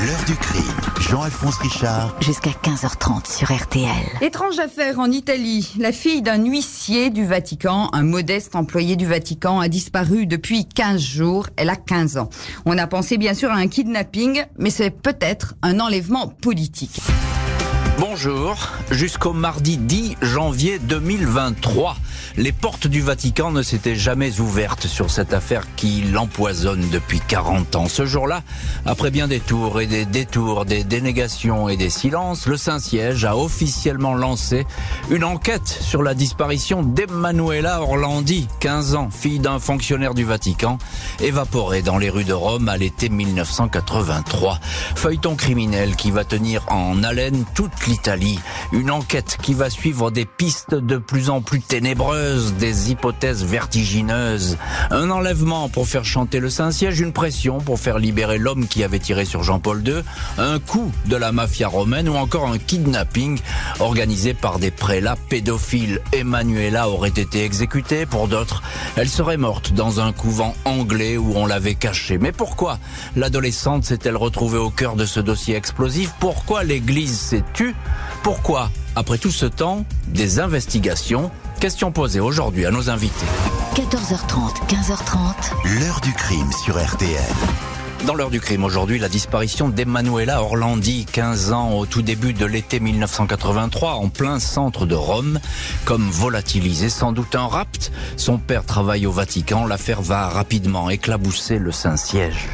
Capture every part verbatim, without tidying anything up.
L'heure du crime, Jean-Alphonse Richard. Jusqu'à quinze heures trente sur R T L. Étrange affaire en Italie. La fille d'un huissier du Vatican, un modeste employé du Vatican, a disparu depuis quinze jours. Elle a quinze ans. On a pensé bien sûr à un kidnapping, mais c'est peut-être un enlèvement politique. Bonjour, jusqu'au mardi dix janvier deux mille vingt-trois, les portes du Vatican ne s'étaient jamais ouvertes sur cette affaire qui l'empoisonne depuis quarante ans. Ce jour-là, après bien des tours et des détours, des dénégations et des silences, le Saint-Siège a officiellement lancé une enquête sur la disparition d'Emanuela Orlandi, quinze ans, fille d'un fonctionnaire du Vatican, évaporée dans les rues de Rome à l'été mille neuf cent quatre-vingt-trois. Feuilleton criminel qui va tenir en haleine toute l'Italie. Une enquête qui va suivre des pistes de plus en plus ténébreuses, des hypothèses vertigineuses. Un enlèvement pour faire chanter le Saint-Siège, une pression pour faire libérer l'homme qui avait tiré sur Jean-Paul deux, un coup de la mafia romaine ou encore un kidnapping organisé par des prélats pédophiles. Emanuela aurait été exécutée, pour d'autres, elle serait morte dans un couvent anglais où on l'avait cachée. Mais pourquoi l'adolescente s'est-elle retrouvée au cœur de ce dossier explosif? Pourquoi l'Église s'est tue? Pourquoi, après tout ce temps, des investigations? Question posée aujourd'hui à nos invités. quatorze heures trente, quinze heures trente. L'heure du crime sur R T L. Dans l'heure du crime aujourd'hui, la disparition d'Emanuela Orlandi, quinze ans au tout début de l'été mille neuf cent quatre-vingt-trois, en plein centre de Rome, comme volatilisée, sans doute un rapt. Son père travaille au Vatican, l'affaire va rapidement éclabousser le Saint-Siège.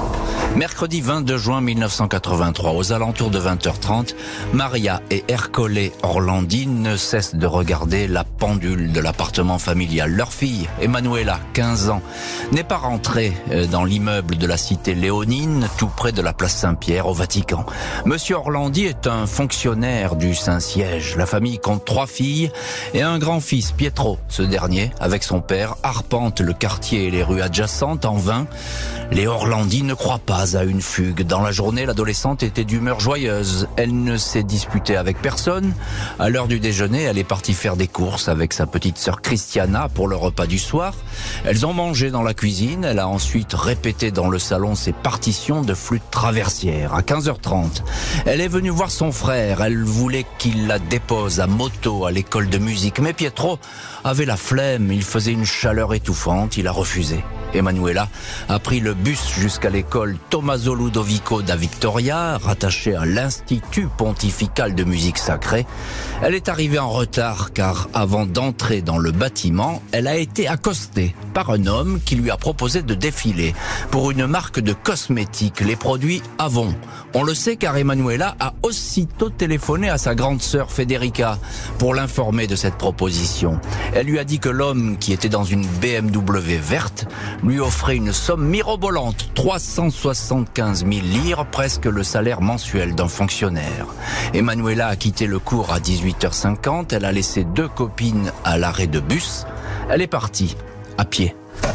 Mercredi vingt-deux juin mille neuf cent quatre-vingt-trois, aux alentours de vingt heures trente, Maria et Ercole Orlandi ne cessent de regarder la pendule de l'appartement familial. Leur fille, Emanuela, quinze ans, n'est pas rentrée dans l'immeuble de la cité léonine, tout près de la place Saint-Pierre au Vatican. Monsieur Orlandi est un fonctionnaire du Saint-Siège. La famille compte trois filles et un grand-fils, Pietro. Ce dernier, avec son père, arpente le quartier et les rues adjacentes en vain. Les Orlandi ne croient pas à une fugue. Dans la journée, l'adolescente était d'humeur joyeuse. Elle ne s'est disputée avec personne. À l'heure du déjeuner, elle est partie faire des courses avec sa petite sœur Christiana pour le repas du soir. Elles ont mangé dans la cuisine. Elle a ensuite répété dans le salon ses partitions de flûte traversière. À quinze heures trente, elle est venue voir son frère. Elle voulait qu'il la dépose à moto à l'école de musique. Mais Pietro avait la flemme. Il faisait une chaleur étouffante. Il a refusé. Emanuela a pris le bus jusqu'à l'école Tommaso Ludovico da Vittoria, rattachée à l'Institut pontifical de musique sacrée. Elle est arrivée en retard car avant d'entrer dans le bâtiment, elle a été accostée par un homme qui lui a proposé de défiler pour une marque de cosmétiques, les produits Avon. On le sait car Emanuela a aussitôt téléphoné à sa grande sœur Federica pour l'informer de cette proposition. Elle lui a dit que l'homme qui était dans une B M W verte lui offrait une somme mirobolante, trois cent soixante-quinze mille lire, presque le salaire mensuel d'un fonctionnaire. Emanuela a quitté le cours à dix-huit heures cinquante, elle a laissé deux copines à l'arrêt de bus. Elle est partie, à pied.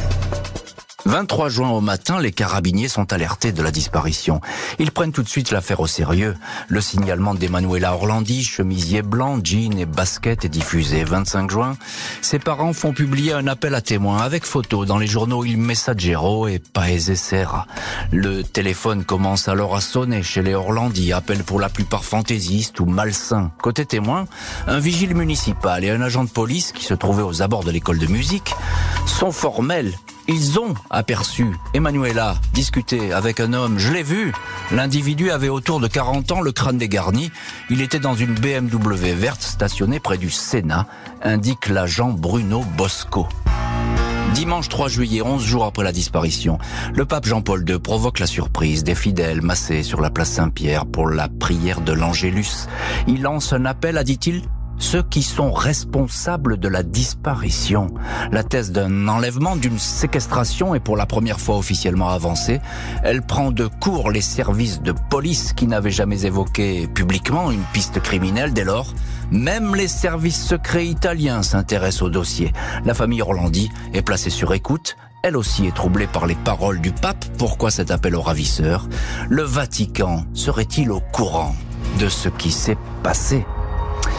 vingt-trois juin au matin, les carabiniers sont alertés de la disparition. Ils prennent tout de suite l'affaire au sérieux. Le signalement d'Emanuela Orlandi, chemisier blanc, jean et basket, est diffusé. vingt-cinq juin, ses parents font publier un appel à témoins avec photos dans les journaux Il Messaggero et Paese Sera. Le téléphone commence alors à sonner chez les Orlandi, appel pour la plupart fantaisistes ou malsains. Côté témoins, un vigile municipal et un agent de police qui se trouvaient aux abords de l'école de musique sont formels. Ils ont aperçu Emanuela discuter avec un homme. Je l'ai vu. L'individu avait autour de quarante ans, le crâne dégarni. Il était dans une B M W verte stationnée près du Sénat, indique l'agent Bruno Bosco. Dimanche trois juillet, onze jours après la disparition, le pape Jean-Paul deux provoque la surprise des fidèles massés sur la place Saint-Pierre pour la prière de l'Angélus. Il lance un appel à, dit-il, ceux qui sont responsables de la disparition. La thèse d'un enlèvement, d'une séquestration est pour la première fois officiellement avancée. Elle prend de court les services de police qui n'avaient jamais évoqué publiquement une piste criminelle. Dès lors, même les services secrets italiens s'intéressent au dossier. La famille Orlandi est placée sur écoute. Elle aussi est troublée par les paroles du pape. Pourquoi cet appel aux ravisseurs? Le Vatican serait-il au courant de ce qui s'est passé?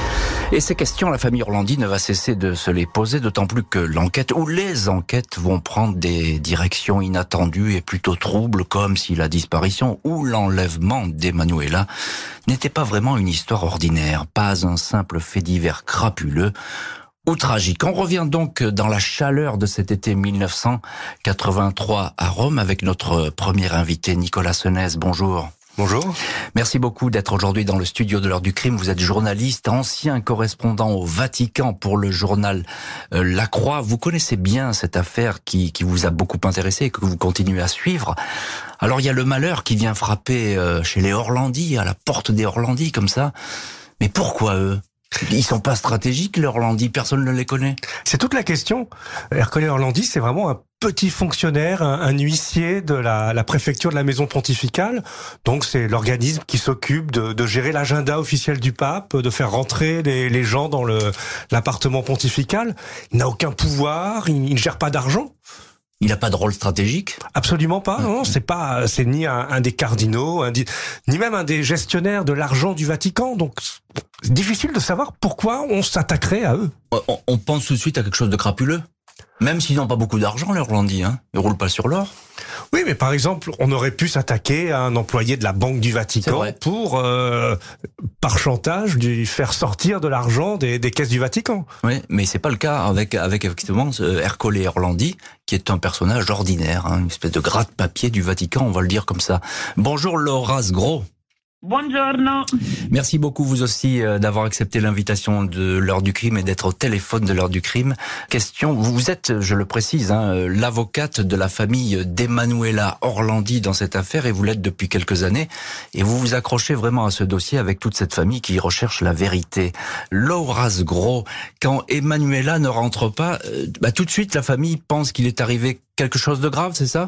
Et ces questions, la famille Orlandi ne va cesser de se les poser, d'autant plus que l'enquête ou les enquêtes vont prendre des directions inattendues et plutôt troubles, comme si la disparition ou l'enlèvement d'Emanuela n'était pas vraiment une histoire ordinaire, pas un simple fait divers crapuleux ou tragique. On revient donc dans la chaleur de cet été mille neuf cent quatre-vingt-trois à Rome avec notre premier invité, Nicolas Senez. Bonjour. Bonjour. Merci beaucoup d'être aujourd'hui dans le studio de l'heure du crime. Vous êtes journaliste, ancien correspondant au Vatican pour le journal euh, La Croix. Vous connaissez bien cette affaire qui, qui vous a beaucoup intéressé et que vous continuez à suivre. Alors il y a le malheur qui vient frapper euh, chez les Orlandi, à la porte des Orlandi comme ça. Mais pourquoi eux ? Ils sont pas stratégiques, les Orlandi, personne ne les connaît. C'est toute la question. Ercole Orlandi, c'est vraiment un petit fonctionnaire, un, un huissier de la, la préfecture de la maison pontificale. Donc c'est l'organisme qui s'occupe de, de gérer l'agenda officiel du pape, de faire rentrer les, les gens dans le, l'appartement pontifical. Il n'a aucun pouvoir, il, il ne gère pas d'argent. Il n'a pas de rôle stratégique ? Absolument pas. Non, c'est pas, c'est ni un, un des cardinaux, un, ni même un des gestionnaires de l'argent du Vatican. Donc, c'est difficile de savoir pourquoi on s'attaquerait à eux. On, on pense tout de suite à quelque chose de crapuleux. Même s'ils n'ont pas beaucoup d'argent, les Orlandi, hein. Ils roulent pas sur l'or. Oui, mais par exemple, on aurait pu s'attaquer à un employé de la Banque du Vatican pour, euh, par chantage, lui faire sortir de l'argent des, des caisses du Vatican. Oui, mais c'est pas le cas avec, avec effectivement Ercole Orlandi, qui est un personnage ordinaire, hein, une espèce de gratte-papier du Vatican, on va le dire comme ça. Bonjour Laura Sgro. Buongiorno. Merci beaucoup vous aussi d'avoir accepté l'invitation de l'heure du crime et d'être au téléphone de l'heure du crime. Question, vous êtes, je le précise, hein, l'avocate de la famille d'Emanuela Orlandi dans cette affaire et vous l'êtes depuis quelques années et vous vous accrochez vraiment à ce dossier avec toute cette famille qui recherche la vérité. Laura Sgro, quand Emanuela ne rentre pas, bah, tout de suite la famille pense qu'il est arrivé quelque chose de grave, c'est ça ?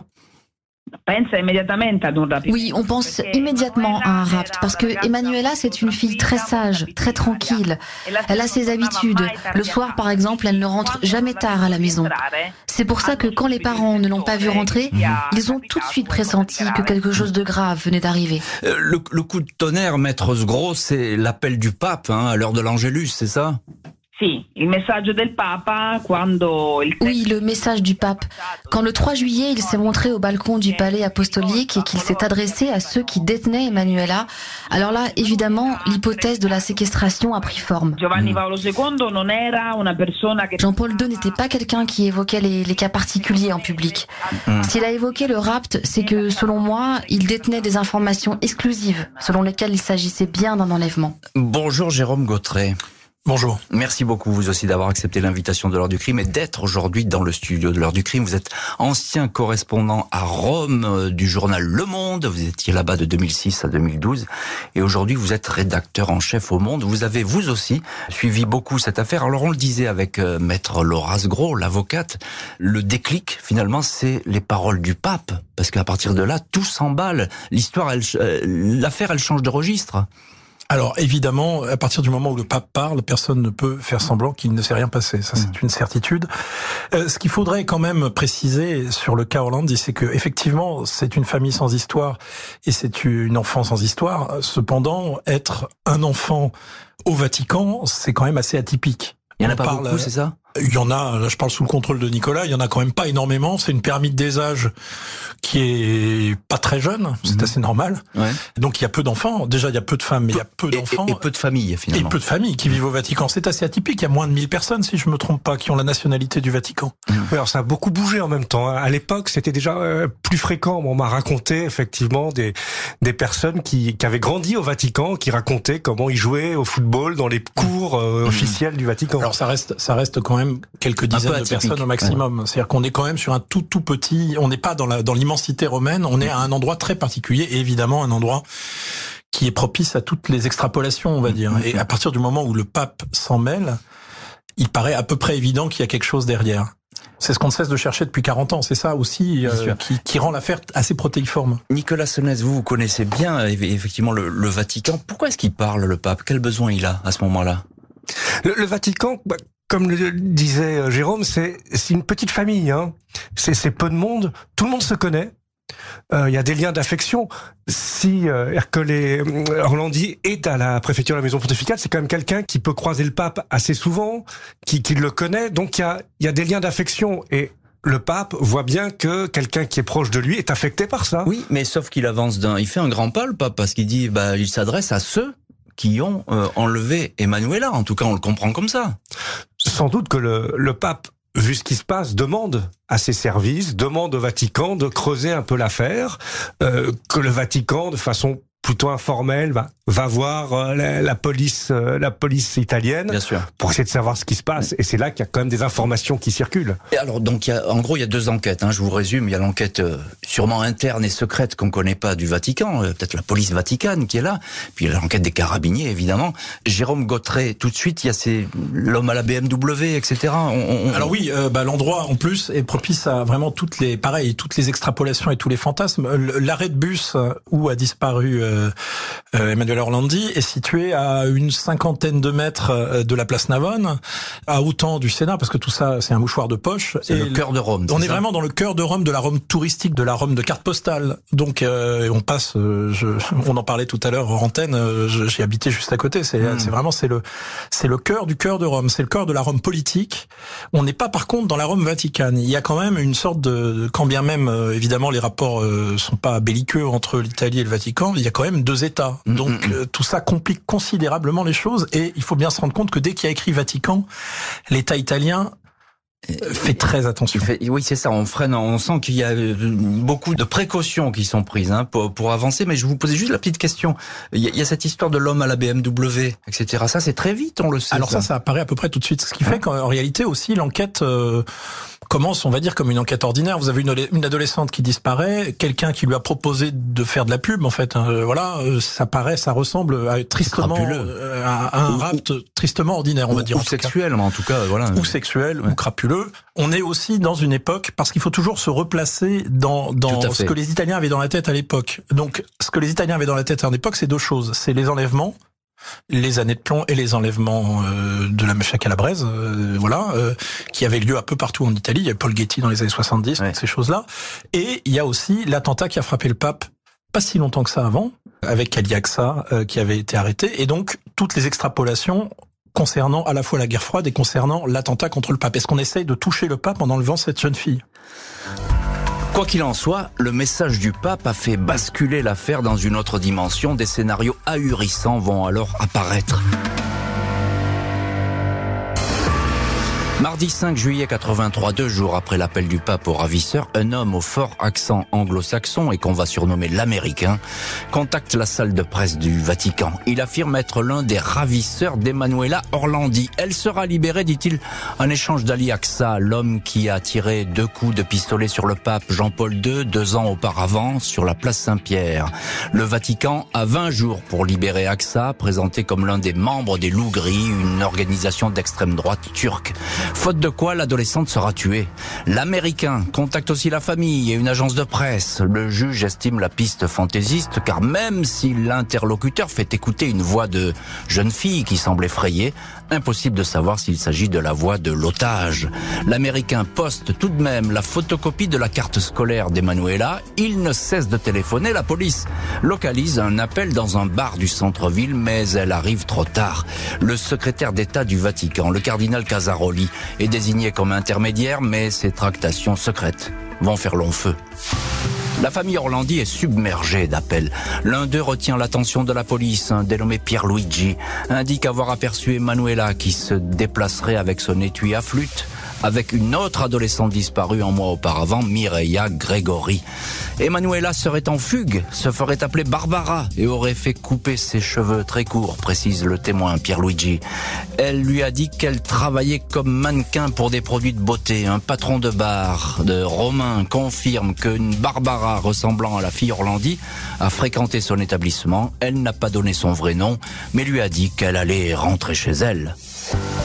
Oui, on pense immédiatement à un rapt parce que Emanuela, c'est une fille très sage, très tranquille. Elle a ses habitudes. Le soir, par exemple, elle ne rentre jamais tard à la maison. C'est pour ça que quand les parents ne l'ont pas vue rentrer, ils ont tout de suite pressenti que quelque chose de grave venait d'arriver. Le, le coup de tonnerre, maître Sgro, c'est l'appel du pape hein, à l'heure de l'Angélus, c'est ça ? Oui, le message du pape. Quand le trois juillet, il s'est montré au balcon du palais apostolique et qu'il s'est adressé à ceux qui détenaient Emanuela, alors là, évidemment, l'hypothèse de la séquestration a pris forme. Jean-Paul deux n'était pas quelqu'un qui évoquait les, les cas particuliers en public. S'il a évoqué le rapt, c'est que, selon moi, il détenait des informations exclusives, selon lesquelles il s'agissait bien d'un enlèvement. Bonjour Jérôme Gautret. Bonjour. Merci beaucoup vous aussi d'avoir accepté l'invitation de l'heure du crime et d'être aujourd'hui dans le studio de l'heure du crime. Vous êtes ancien correspondant à Rome euh, du journal Le Monde. Vous étiez là-bas de deux mille six à deux mille douze et aujourd'hui vous êtes rédacteur en chef au Monde. Vous avez vous aussi suivi beaucoup cette affaire. Alors on le disait avec euh, maître Laura Sgro, l'avocate, le déclic finalement c'est les paroles du pape parce qu'à partir de là tout s'emballe. L'histoire, elle, euh, l'affaire, elle change de registre. Alors évidemment, à partir du moment où le pape parle, personne ne peut faire semblant qu'il ne s'est rien passé. Ça, c'est une certitude. Euh, ce qu'il faudrait quand même préciser sur le cas Orlandi, c'est que effectivement, c'est une famille sans histoire et c'est une enfant sans histoire. Cependant, être un enfant au Vatican, c'est quand même assez atypique. Il y en a On pas parle, beaucoup, c'est ça ? Il y en a, là je parle sous le contrôle de Nicolas, il y en a quand même pas énormément. C'est une pyramide des âges qui est pas très jeune, c'est mmh. assez normal. Ouais. Donc il y a peu d'enfants. Déjà il y a peu de femmes, mais il y a peu d'enfants. Et, et, et peu de familles finalement. Et peu de familles qui vivent au Vatican. C'est assez atypique. Il y a moins de mille personnes, si je me trompe pas, qui ont la nationalité du Vatican. Mmh. Oui, alors ça a beaucoup bougé en même temps. À l'époque, c'était déjà euh, plus fréquent. On m'a raconté effectivement des des personnes qui, qui avaient grandi au Vatican, qui racontaient comment ils jouaient au football dans les cours euh, mmh. officiels du Vatican. Alors ça reste, ça reste quand même quelques dizaines de personnes au maximum. Ouais. C'est-à-dire qu'on est quand même sur un tout tout petit. On n'est pas dans la dans l'immensité romaine. On est à un endroit très particulier et évidemment un endroit qui est propice à toutes les extrapolations, on va dire. Et à partir du moment où le pape s'en mêle, il paraît à peu près évident qu'il y a quelque chose derrière. C'est ce qu'on ne cesse de chercher depuis quarante ans. C'est ça aussi euh, qui, qui rend l'affaire assez protéiforme. Nicolas Senez, vous, vous connaissez bien effectivement le, le Vatican. Pourquoi est-ce qu'il parle, le pape ? Quel besoin il a à ce moment-là ? Le, le Vatican, bah, comme le disait Jérôme, c'est c'est une petite famille. Hein. C'est c'est peu de monde. Tout le monde se connaît. Il euh, y a des liens d'affection. Si euh, Ercole Orlandi est à la préfecture de la maison pontificale, c'est quand même quelqu'un qui peut croiser le pape assez souvent, qui, qui le connaît. Donc il y a, y a des liens d'affection. Et le pape voit bien que quelqu'un qui est proche de lui est affecté par ça. Oui, mais sauf qu'il avance d'un... Il fait un grand pas, le pape, parce qu'il dit, bah, il s'adresse à ceux qui ont euh, enlevé Emanuela. En tout cas, on le comprend comme ça. Sans doute que le, le pape, vu ce qui se passe, demande à ses services, demande au Vatican de creuser un peu l'affaire, euh, que le Vatican, de façon plutôt informelle, va, va voir euh, la, la police, euh, la police italienne, bien sûr, pour essayer de savoir ce qui se passe. Et c'est là qu'il y a quand même des informations qui circulent. Et alors, donc, il y a, en gros, il y a deux enquêtes. Hein, je vous résume. Il y a l'enquête euh, sûrement interne et secrète qu'on connaît pas du Vatican, euh, peut-être la police vaticane qui est là. Puis il y a l'enquête des carabiniers, évidemment. Jérôme Gautret, tout de suite, il y a ces l'homme à la B M W, et cetera. On, on, alors oui, euh, bah, l'endroit en plus est propice à vraiment toutes les, pareil, toutes les extrapolations et tous les fantasmes. L'arrêt de bus où a disparu euh, Euh, Emanuela Orlandi est situé à une cinquantaine de mètres de la place Navone, à autant du Sénat, parce que tout ça, c'est un mouchoir de poche. C'est le cœur de Rome. On est ça vraiment dans le cœur de Rome, de la Rome touristique, de la Rome de carte postale. Donc, euh, on passe, euh, je, on en parlait tout à l'heure hors antenne, euh, j'ai habité juste à côté. C'est, mmh. c'est vraiment, c'est le, c'est le cœur du cœur de Rome. C'est le cœur de la Rome politique. On n'est pas, par contre, dans la Rome vaticane. Il y a quand même une sorte de, quand bien même, euh, évidemment, les rapports euh, sont pas belliqueux entre l'Italie et le Vatican, il y a quand même deux États. Donc, euh, tout ça complique considérablement les choses, et il faut bien se rendre compte que dès qu'il y a écrit Vatican, l'État italien fait très attention. Fait, oui, c'est ça. On freine. On sent qu'il y a beaucoup de précautions qui sont prises hein, pour, pour avancer. Mais je vous posais juste la petite question. Il y a, il y a cette histoire de l'homme à la B M W, et cetera. Ça, c'est très vite, on le sait. Alors ça, ça, ça apparaît à peu près tout de suite. Ce qui fait qu'en réalité aussi, l'enquête euh, commence, on va dire, comme une enquête ordinaire. Vous avez une, une adolescente qui disparaît, quelqu'un qui lui a proposé de faire de la pub, en fait. Hein, voilà, ça paraît, ça ressemble à, tristement euh, à, à un ou, rapt ou, tristement ordinaire, on ou, va dire. Ou sexuel, mais en tout cas, voilà. Ou sexuel, ouais. Ou crapuleux. On est aussi dans une époque, parce qu'il faut toujours se replacer dans, dans ce que les Italiens avaient dans la tête à l'époque. Donc, ce que les Italiens avaient dans la tête à l'époque, c'est deux choses. C'est les enlèvements, les années de plomb et les enlèvements euh, de la mafia calabraise, euh, voilà, euh, qui avaient lieu un peu partout en Italie. Il y avait Paul Getty dans les années soixante-dix, ouais. Ces choses-là. Et il y a aussi l'attentat qui a frappé le pape pas si longtemps que ça avant, avec Cagliaxa, euh, qui avait été arrêté. Et donc, toutes les extrapolations concernant à la fois la guerre froide et concernant l'attentat contre le pape. Est-ce qu'on essaye de toucher le pape en enlevant cette jeune fille ? Quoi qu'il en soit, le message du pape a fait basculer l'affaire dans une autre dimension. Des scénarios ahurissants vont alors apparaître. Mardi cinq juillet quatre-vingt-trois, deux jours après l'appel du pape au ravisseur, un homme au fort accent anglo-saxon et qu'on va surnommer l'Américain contacte la salle de presse du Vatican. Il affirme être l'un des ravisseurs d'Emanuela Orlandi. Elle sera libérée, dit-il, en échange d'Ali Aqsa, l'homme qui a tiré deux coups de pistolet sur le pape Jean-Paul deux, deux ans auparavant, sur la place Saint-Pierre. Le Vatican a vingt jours pour libérer Aqsa, présenté comme l'un des membres des Loups Gris, une organisation d'extrême droite turque. Faute de quoi, l'adolescente sera tuée. L'Américain contacte aussi la famille et une agence de presse. Le juge estime la piste fantaisiste, car même si l'interlocuteur fait écouter une voix de jeune fille qui semble effrayée, impossible de savoir s'il s'agit de la voix de l'otage. L'Américain poste tout de même la photocopie de la carte scolaire d'Emanuela. Il ne cesse de téléphoner. La police localise un appel dans un bar du centre-ville, mais elle arrive trop tard. Le secrétaire d'État du Vatican, le cardinal Casaroli, est désigné comme intermédiaire, mais ses tractations secrètes vont faire long feu. La famille Orlandi est submergée d'appels. L'un d'eux retient l'attention de la police. Un dénommé Pierluigi indique avoir aperçu Emanuela qui se déplacerait avec son étui à flûte avec une autre adolescente disparue un mois auparavant, Mireia Gregori. Emanuela serait en fugue, se ferait appeler Barbara et aurait fait couper ses cheveux très courts, précise le témoin Pierluigi. Elle lui a dit qu'elle travaillait comme mannequin pour des produits de beauté. Un patron de bar de Romain confirme qu'une Barbara ressemblant à la fille Orlandi a fréquenté son établissement. Elle n'a pas donné son vrai nom, mais lui a dit qu'elle allait rentrer chez elle.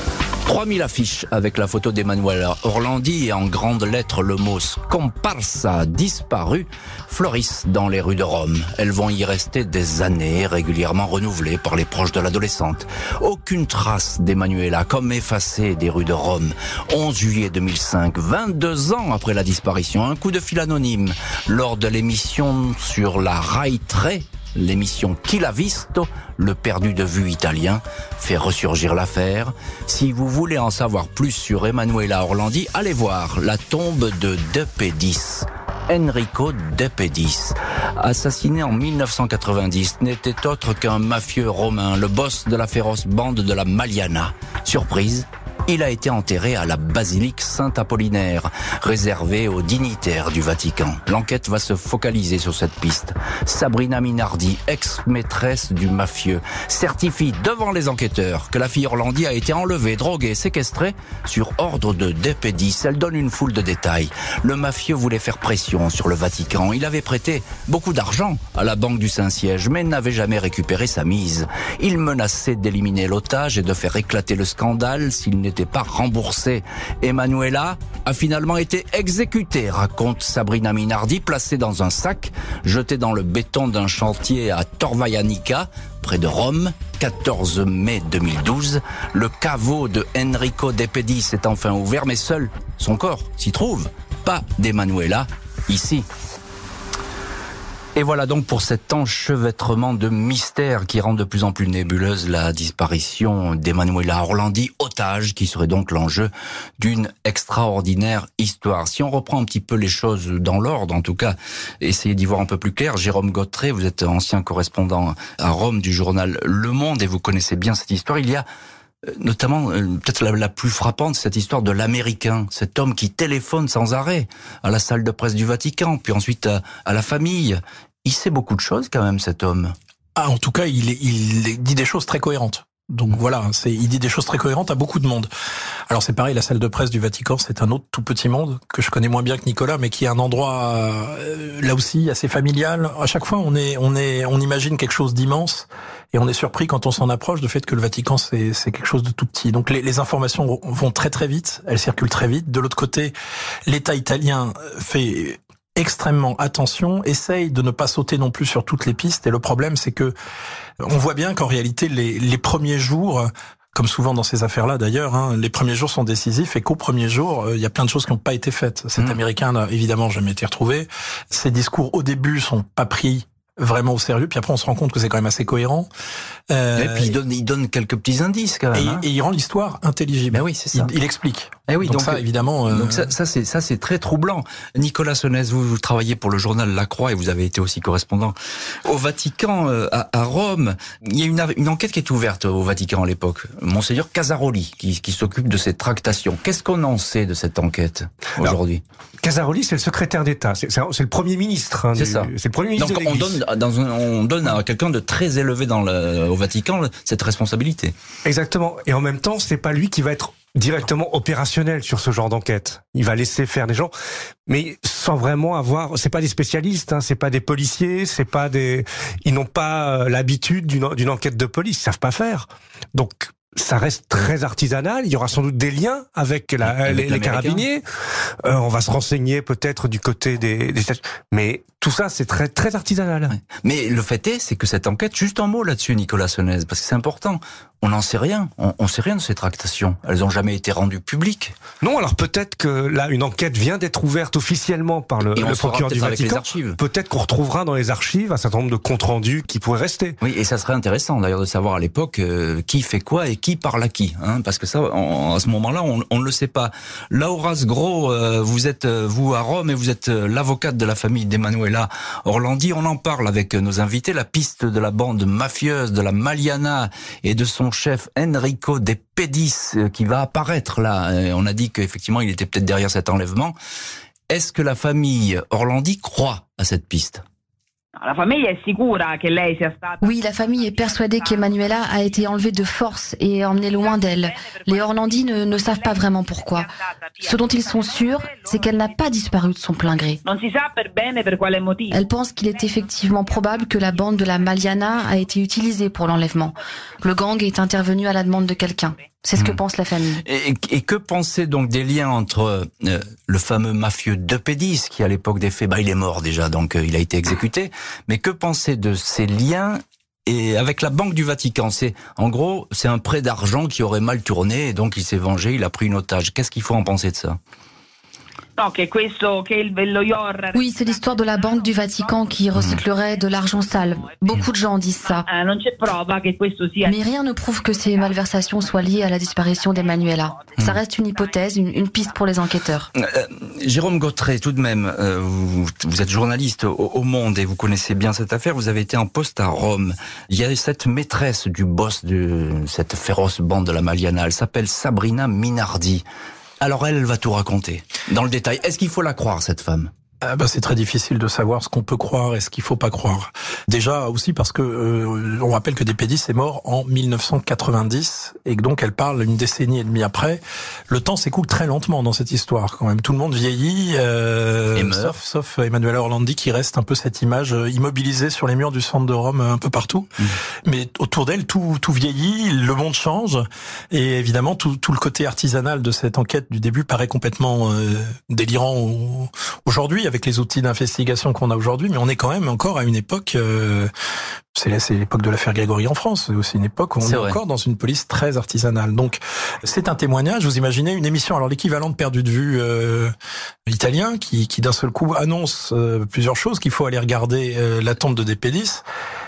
trois mille affiches avec la photo d'Emanuela Orlandi et en grandes lettres le mot scomparsa, disparu, fleurissent dans les rues de Rome. Elles vont y rester des années, régulièrement renouvelées par les proches de l'adolescente. Aucune trace d'Emanuela, comme effacée des rues de Rome. onze juillet deux mille cinq, vingt-deux ans après la disparition, un coup de fil anonyme lors de l'émission sur la Rai tre, l'émission Chi l'ha visto, le perdu de vue italien, fait ressurgir l'affaire. Si vous voulez en savoir plus sur Emanuela Orlandi, allez voir la tombe de De Pedis. Enrico De Pedis, assassiné en mille neuf cent quatre-vingt-dix, n'était autre qu'un mafieux romain, le boss de la féroce bande de la Maliana. Surprise, il a été enterré à la basilique Saint-Apollinaire, réservée aux dignitaires du Vatican. L'enquête va se focaliser sur cette piste. Sabrina Minardi, ex-maîtresse du mafieux, certifie devant les enquêteurs que la fille Orlandi a été enlevée, droguée, séquestrée sur ordre de De Pedis. Elle donne une foule de détails. Le mafieux voulait faire pression sur le Vatican. Il avait prêté beaucoup d'argent à la Banque du Saint-Siège, mais n'avait jamais récupéré sa mise. Il menaçait d'éliminer l'otage et de faire éclater le scandale s'il n'était pas remboursé. Emanuela a finalement été exécutée, raconte Sabrina Minardi, placée dans un sac, jetée dans le béton d'un chantier à Torvaianica, près de Rome, quatorze mai deux mille douze. Le caveau de Enrico De Pedis est enfin ouvert, mais seul son corps s'y trouve. Pas d'Emanuela ici. Et voilà donc pour cet enchevêtrement de mystères qui rend de plus en plus nébuleuse la disparition d'Emanuela Orlandi, otage, qui serait donc l'enjeu d'une extraordinaire histoire. Si on reprend un petit peu les choses dans l'ordre, en tout cas, essayez d'y voir un peu plus clair. Jérôme Gautret, vous êtes ancien correspondant à Rome du journal Le Monde et vous connaissez bien cette histoire. Il y a notamment, peut-être la, la plus frappante, cette histoire de l'Américain, cet homme qui téléphone sans arrêt à la salle de presse du Vatican, puis ensuite à, à la famille. Il sait beaucoup de choses quand même, cet homme. Ah, en tout cas, il, est, il dit des choses très cohérentes. Donc voilà, c'est, il dit des choses très cohérentes à beaucoup de monde. Alors c'est pareil, la salle de presse du Vatican, c'est un autre tout petit monde que je connais moins bien que Nicolas, mais qui est un endroit euh, là aussi assez familial. À chaque fois, on est, on est, on imagine quelque chose d'immense et on est surpris quand on s'en approche du fait que le Vatican c'est, c'est quelque chose de tout petit. Donc les, les informations vont très très vite, elles circulent très vite. De l'autre côté, l'État italien fait extrêmement attention, essaye de ne pas sauter non plus sur toutes les pistes. Et le problème, c'est que on voit bien qu'en réalité, les, les premiers jours, comme souvent dans ces affaires-là d'ailleurs, hein, les premiers jours sont décisifs et qu'au premier jour, il euh, y a plein de choses qui n'ont pas été faites. Cet mmh. Américain n'a évidemment jamais été retrouvé. Ses discours au début sont pas pris vraiment au sérieux, puis après on se rend compte que c'est quand même assez cohérent. Euh, et puis il donne, il donne quelques petits indices quand même. Et, hein. et il rend l'histoire intelligible. Ben oui, c'est ça. Il, il explique. Eh oui, donc, donc ça, évidemment. Euh... Donc ça, ça c'est ça c'est très troublant. Nicolas Sonès, vous, vous travaillez pour le journal La Croix et vous avez été aussi correspondant au Vatican, euh, à, à Rome. Il y a une, une enquête qui est ouverte au Vatican à l'époque. Monseigneur Casaroli qui, qui s'occupe de ces tractations. Qu'est-ce qu'on en sait de cette enquête aujourd'hui? Casaroli, c'est le secrétaire d'État, c'est, c'est, c'est le premier ministre. Hein, c'est du, ça. C'est le premier ministre. Donc de on donne, dans un, on donne à quelqu'un de très élevé dans le, au Vatican cette responsabilité. Exactement. Et en même temps, c'est pas lui qui va être directement opérationnel sur ce genre d'enquête. Il va laisser faire des gens, mais sans vraiment avoir. C'est pas des spécialistes, hein, c'est pas des policiers, c'est pas des. Ils n'ont pas l'habitude d'une, d'une enquête de police, ils savent pas faire. Donc ça reste très artisanal. Il y aura sans doute des liens avec, la, avec les, les carabiniers. Euh, on va se renseigner peut-être du côté des, des... Mais tout ça, c'est très très artisanal. Ouais. Mais le fait est, c'est que cette enquête, juste un mot là-dessus, Nicolas Sonès, parce que c'est important. On n'en sait rien. On, on sait rien de ces tractations. Elles n'ont jamais été rendues publiques. Non, alors peut-être que là, une enquête vient d'être ouverte officiellement par le, le procureur du Vatican. Peut-être qu'on retrouvera dans les archives un certain nombre de comptes rendus qui pourraient rester. Oui, et ça serait intéressant d'ailleurs de savoir à l'époque euh, qui fait quoi et qui parle à qui, hein, parce que ça, on, à ce moment-là, on, on ne le sait pas. Laura Sgro, euh, vous êtes euh, vous à Rome et vous êtes euh, l'avocate de la famille d'Emanuela Orlandi. On en parle avec nos invités. La piste de la bande mafieuse de la Maliana et de son chef Enrico De Pedis qui va apparaître là. On a dit qu'effectivement il était peut-être derrière cet enlèvement. Est-ce que la famille Orlandi croit à cette piste? Oui, la famille est persuadée qu'Emanuela a été enlevée de force et emmenée loin d'elle. Les Orlandi ne, ne savent pas vraiment pourquoi. Ce dont ils sont sûrs, c'est qu'elle n'a pas disparu de son plein gré. Elle pense qu'il est effectivement probable que la bande de la Maliana a été utilisée pour l'enlèvement. Le gang est intervenu à la demande de quelqu'un. C'est ce que mmh. pense la famille. Et, et que penser donc des liens entre euh, le fameux mafieux de Pédis, qui à l'époque des faits, bah il est mort déjà, donc euh, il a été exécuté, mais que penser de ces liens et avec la Banque du Vatican? C'est en gros, c'est un prêt d'argent qui aurait mal tourné, et donc il s'est vengé, il a pris une otage. Qu'est-ce qu'il faut en penser de ça? Oui, c'est l'histoire de la Banque du Vatican qui recyclerait de l'argent sale. Beaucoup de gens disent ça. Mais rien ne prouve que ces malversations soient liées à la disparition d'Emanuela. Ça reste une hypothèse, une, une piste pour les enquêteurs. Euh, Jérôme Gautret, tout de même, euh, vous, vous êtes journaliste au, au Monde et vous connaissez bien cette affaire. Vous avez été en poste à Rome. Il y a cette maîtresse du boss de cette féroce bande de la Maliana. Elle s'appelle Sabrina Minardi. Alors elle, elle va tout raconter, dans le détail. Est-ce qu'il faut la croire, cette femme ? Ah bah c'est très difficile de savoir ce qu'on peut croire et ce qu'il faut pas croire. Déjà aussi parce que euh, on rappelle que De Pédis est mort en mille neuf cent quatre-vingt-dix et que donc elle parle une décennie et demie après. Le temps s'écoule très lentement dans cette histoire quand même. Tout le monde vieillit, euh, et meurt. sauf, sauf Emanuela Orlandi qui reste un peu cette image immobilisée sur les murs du centre de Rome un peu partout. Mmh. Mais autour d'elle tout tout vieillit, le monde change et évidemment tout tout le côté artisanal de cette enquête du début paraît complètement euh, délirant au, aujourd'hui. Avec les outils d'investigation qu'on a aujourd'hui, mais on est quand même encore à une époque, euh, c'est, c'est l'époque de l'affaire Grégory en France, c'est aussi une époque où on c'est est vrai. encore dans une police très artisanale. Donc c'est un témoignage, vous imaginez une émission, alors l'équivalent de Perdu de vue euh, italien, qui, qui d'un seul coup annonce euh, plusieurs choses, qu'il faut aller regarder euh, la tombe de De Pédis.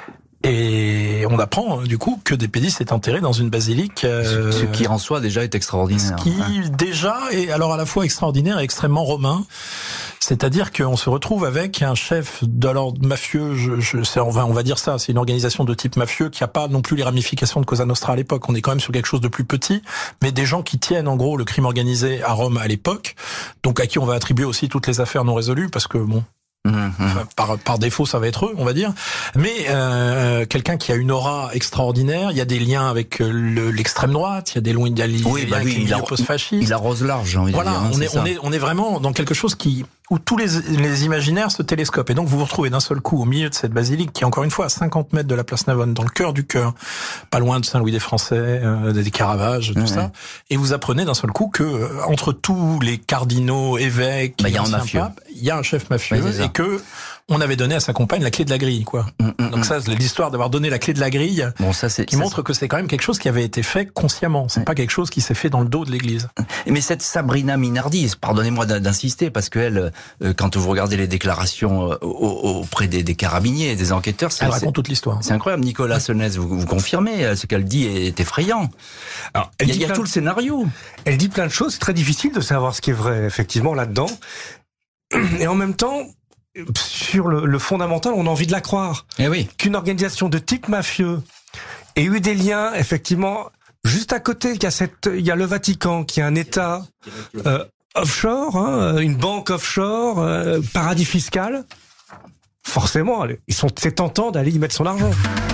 Et on apprend du coup que De Pédis est enterré dans une basilique. Euh, Ce qui en soi déjà est extraordinaire. Ce qui hein. déjà est alors à la fois extraordinaire et extrêmement romain. C'est-à-dire qu'on se retrouve avec un chef de l'ordre mafieux, je, je, c'est, on, va, on va dire ça, c'est une organisation de type mafieux qui n'a pas non plus les ramifications de Cosa Nostra à l'époque. On est quand même sur quelque chose de plus petit, mais des gens qui tiennent en gros le crime organisé à Rome à l'époque, donc à qui on va attribuer aussi toutes les affaires non résolues, parce que bon... Mmh. Enfin, par, par défaut, ça va être eux, on va dire. Mais euh, quelqu'un qui a une aura extraordinaire. Il y a des liens avec le, l'extrême droite. Il y a des liens, il y a des oui, liens bah avec lui, les milieux il, post-fascistes. Il arrose large, j'ai envie voilà, de dire. Hein, on, est, c'est on, est, on est vraiment dans quelque chose qui où tous les, les imaginaires se télescopent. Et donc vous vous retrouvez d'un seul coup au milieu de cette basilique qui est encore une fois à cinquante mètres de la place Navone, dans le cœur du cœur, pas loin de Saint-Louis des Français, euh, des Caravages, tout mmh. ça. Et vous apprenez d'un seul coup que euh, entre tous les cardinaux, évêques, bah, il y a un mafieux, papes, il y a un chef mafieux bah, et que on avait donné à sa compagne la clé de la grille, quoi. Mmh, mmh, donc ça, c'est l'histoire d'avoir donné la clé de la grille, bon, ça, c'est, qui ça, montre c'est... que c'est quand même quelque chose qui avait été fait consciemment. C'est ouais. pas quelque chose qui s'est fait dans le dos de l'Église. Mais cette Sabrina Minardi, pardonnez-moi d'insister, parce que elle, quand vous regardez les déclarations auprès des, des carabiniers, des enquêteurs, c'est, elle raconte toute l'histoire. C'est incroyable. Nicolas Senez, vous, vous confirmez, ce qu'elle dit est effrayant. Alors, il y a, il y a tout de... le scénario. Elle dit plein de choses. C'est très difficile de savoir ce qui est vrai, effectivement, là-dedans. Et en même temps, sur le, le fondamental, on a envie de la croire. Eh oui. Qu'une organisation de type mafieux ait eu des liens, effectivement, juste à côté, il y a cette, il y a le Vatican, qui est un État euh, offshore, hein, une banque offshore, euh, paradis fiscal. Forcément, ils sont, c'est tentant d'aller y mettre son argent.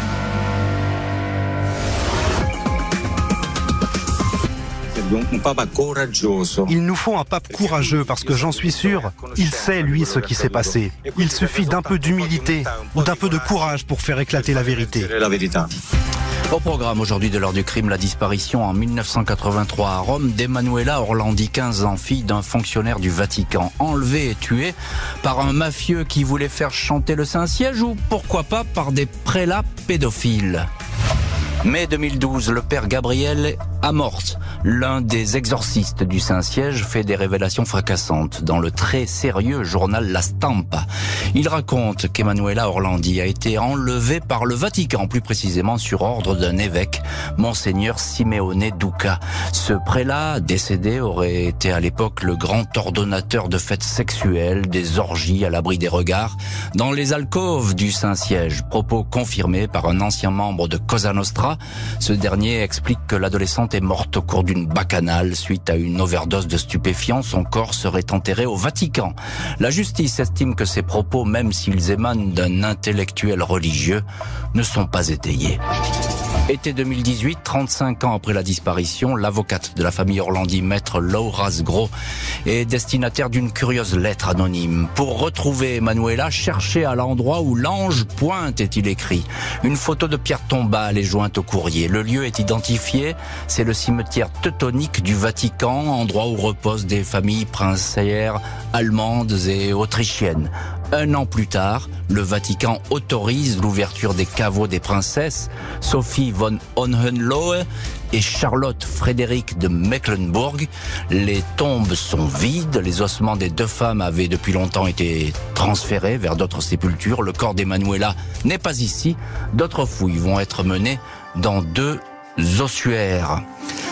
Il nous faut un pape courageux parce que j'en suis sûr, il sait lui ce qui s'est passé. Il suffit d'un peu d'humilité ou d'un peu de courage pour faire éclater la vérité. Au programme aujourd'hui de l'heure du crime, la disparition en mille neuf cent quatre-vingt-trois à Rome d'Emanuela Orlandi, quinze ans, fille d'un fonctionnaire du Vatican, enlevée et tuée par un mafieux qui voulait faire chanter le Saint-Siège ou pourquoi pas par des prélats pédophiles. Mai deux mille douze, le père Gabriel Amorth, l'un des exorcistes du Saint-Siège, fait des révélations fracassantes dans le très sérieux journal La Stampa. Il raconte qu'Emanuela Orlandi a été enlevée par le Vatican, plus précisément sur ordre d'un évêque, Monseigneur Simeone Duca. Ce prélat décédé aurait été à l'époque le grand ordonnateur de fêtes sexuelles, des orgies à l'abri des regards, dans les alcôves du Saint-Siège. Propos confirmés par un ancien membre de Cosa Nostra. Ce dernier explique que l'adolescente est morte au cours d'une bacchanale suite à une overdose de stupéfiants. Son corps serait enterré au Vatican. La justice estime que ces propos, même s'ils émanent d'un intellectuel religieux, ne sont pas étayés. Été deux mille dix-huit, trente-cinq ans après la disparition, l'avocate de la famille Orlandi, maître L'Horazgro, est destinataire d'une curieuse lettre anonyme. Pour retrouver Emanuela, cherchez à l'endroit où l'ange pointe, est-il écrit. Une photo de pierre tombale est jointe au courrier. Le lieu est identifié, c'est le cimetière teutonique du Vatican, endroit où reposent des familles princières allemandes et autrichiennes. Un an plus tard, le Vatican autorise l'ouverture des caveaux des princesses, Sophie von Hohenlohe et Charlotte Frédéric de Mecklembourg. Les tombes sont vides, les ossements des deux femmes avaient depuis longtemps été transférés vers d'autres sépultures. Le corps d'Emanuela n'est pas ici. D'autres fouilles vont être menées dans deux ossuaires.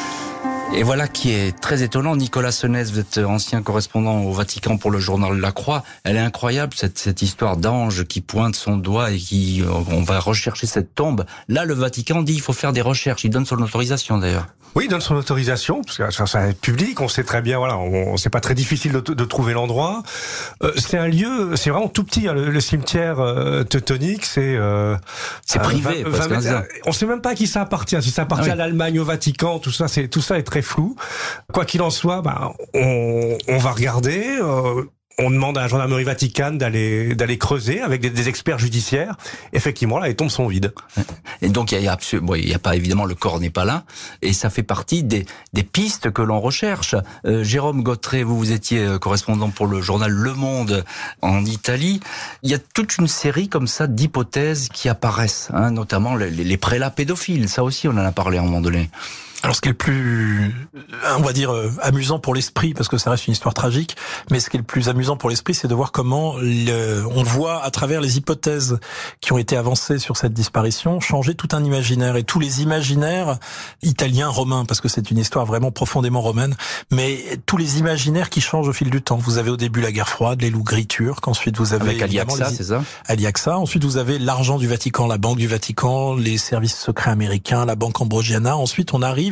Et voilà qui est très étonnant. Nicolas Senez, vous êtes ancien correspondant au Vatican pour le journal La Croix. Elle est incroyable, cette, cette histoire d'ange qui pointe son doigt et qui, on va rechercher cette tombe. Là, le Vatican dit il faut faire des recherches. Il donne son autorisation d'ailleurs. Oui, il donne son autorisation, parce que ça, ça est public, on sait très bien, voilà, on, c'est pas très difficile de, de trouver l'endroit. Euh, c'est un lieu, c'est vraiment tout petit, hein, le, le cimetière euh, teutonique, c'est... Euh, c'est privé, euh, vingt, vingt, on sait même pas à qui ça appartient, si ça appartient ah oui. à l'Allemagne, au Vatican, tout ça, c'est tout ça est très flou. Quoi qu'il en soit, bah, on, on va regarder... Euh, On demande à la gendarmerie vaticane d'aller d'aller creuser avec des, des experts judiciaires. Effectivement, là, les tombes sont vides. Et donc, il y a, il bon, il y a pas évidemment le corps n'est pas là, et ça fait partie des des pistes que l'on recherche. Euh, Jérôme Gautret, vous vous étiez correspondant pour le journal Le Monde en Italie. Il y a toute une série comme ça d'hypothèses qui apparaissent, hein, notamment les, les prélats pédophiles. Ça aussi, on en a parlé à un moment donné. Alors ce qui est le plus, on va dire, amusant pour l'esprit, parce que ça reste une histoire tragique, mais ce qui est le plus amusant pour l'esprit, c'est de voir comment le, on voit à travers les hypothèses qui ont été avancées sur cette disparition changer tout un imaginaire, et tous les imaginaires italiens, romains, parce que c'est une histoire vraiment profondément romaine, mais tous les imaginaires qui changent au fil du temps. Vous avez au début la guerre froide, les loups gris turcs, ensuite vous avez... Avec Aliaxa, c'est ça Aliaxa, ensuite vous avez l'argent du Vatican, la banque du Vatican, les services secrets américains, la banque Ambrosiana, ensuite on arrive